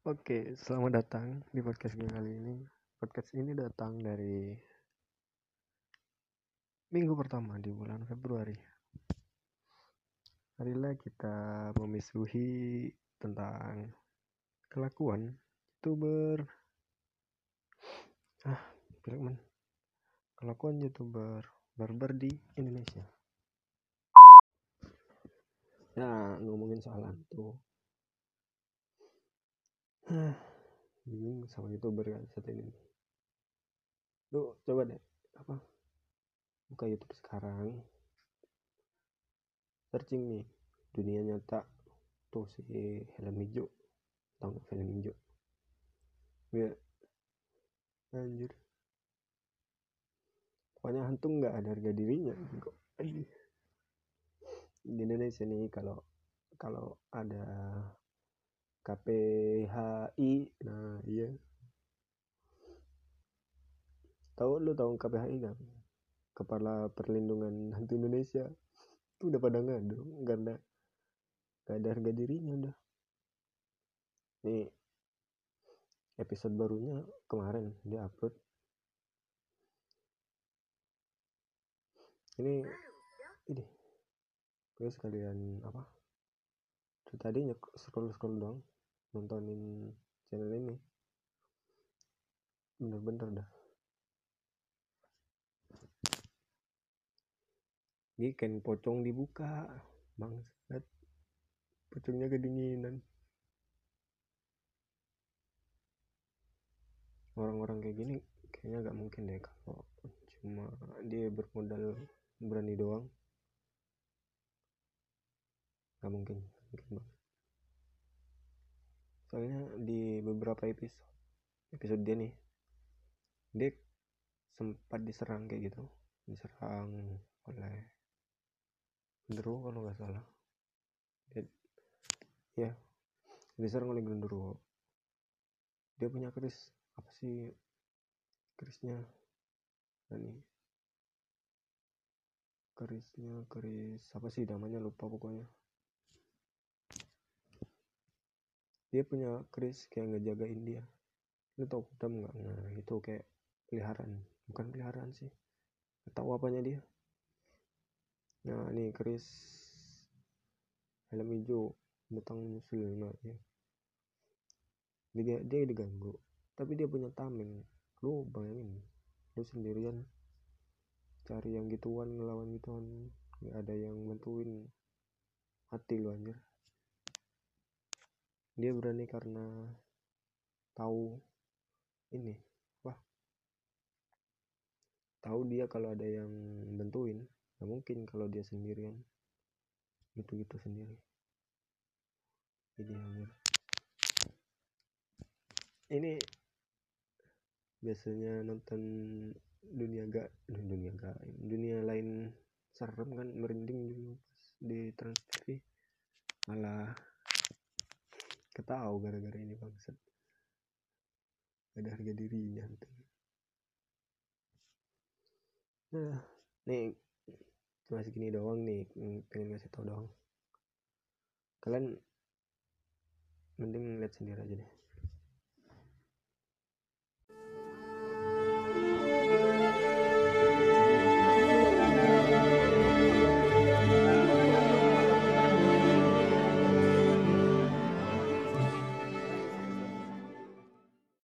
Oke, selamat datang di podcast gue kali ini. Podcast ini datang dari minggu pertama di bulan Februari. Marilah kita memisuhi tentang kelakuan YouTuber. Kelakuan YouTuber barbar di Indonesia. Nah, ngomongin soal hantu. Bingung sama YouTuber kan satu ini. Lu coba deh buka YouTube sekarang, searching nih dunia nyata tuh si helm hijau. Tahu nggak film hijau? Ya, anjir. Pokoknya hantu nggak ada harga dirinya. Di Indonesia nih kalau ada KPHI, nah iya. Lu tahu KPHI kan? Kepala Perlindungan Hantu Indonesia. Itu udah pada ngadu karena nggak ada harga dirinya udah. Nih episode barunya kemarin dia upload. Ini gue sekalian tadi scroll dong nontonin channel ini, bener-bener dah ini kan pocong dibuka bangsat, pocongnya kedinginan. Orang-orang kayak gini kayaknya gak mungkin deh kalau cuma dia bermodal berani doang, gak mungkin banget. Soalnya di beberapa episode dia sempat diserang kayak gitu, diserang oleh genderuwo kalau nggak salah. Ya, diserang oleh genderuwo. Dia punya keris apa sih kerisnya? Keris apa sih namanya, lupa pokoknya. Dia punya keris kayak ngejagain dia. Lu tau kudam nggak? Nah itu kayak bukan peliharaan sih, nggak tahu apanya dia. Nah ini keris helm hijau datang nyusul. Nah ya, dia diganggu tapi dia punya tameng. Lu bayangin, lu sendirian cari yang gituan, ngelawan gituan, nggak ada yang bantuin, mati lu anjir. Dia berani karena tahu tahu dia kalau ada yang bantuin. Nggak mungkin kalau dia sendirian gitu sendiri. Jadi anjir, ini biasanya nonton dunia lain serem kan, merinding dulu pas di Trans TV, malah ketahu gara-gara ini bangsat, ada harga dirinya tuh. Nah nih cuma segini doang nih, pengen ngasih tau doang, kalian mending lihat sendiri aja deh.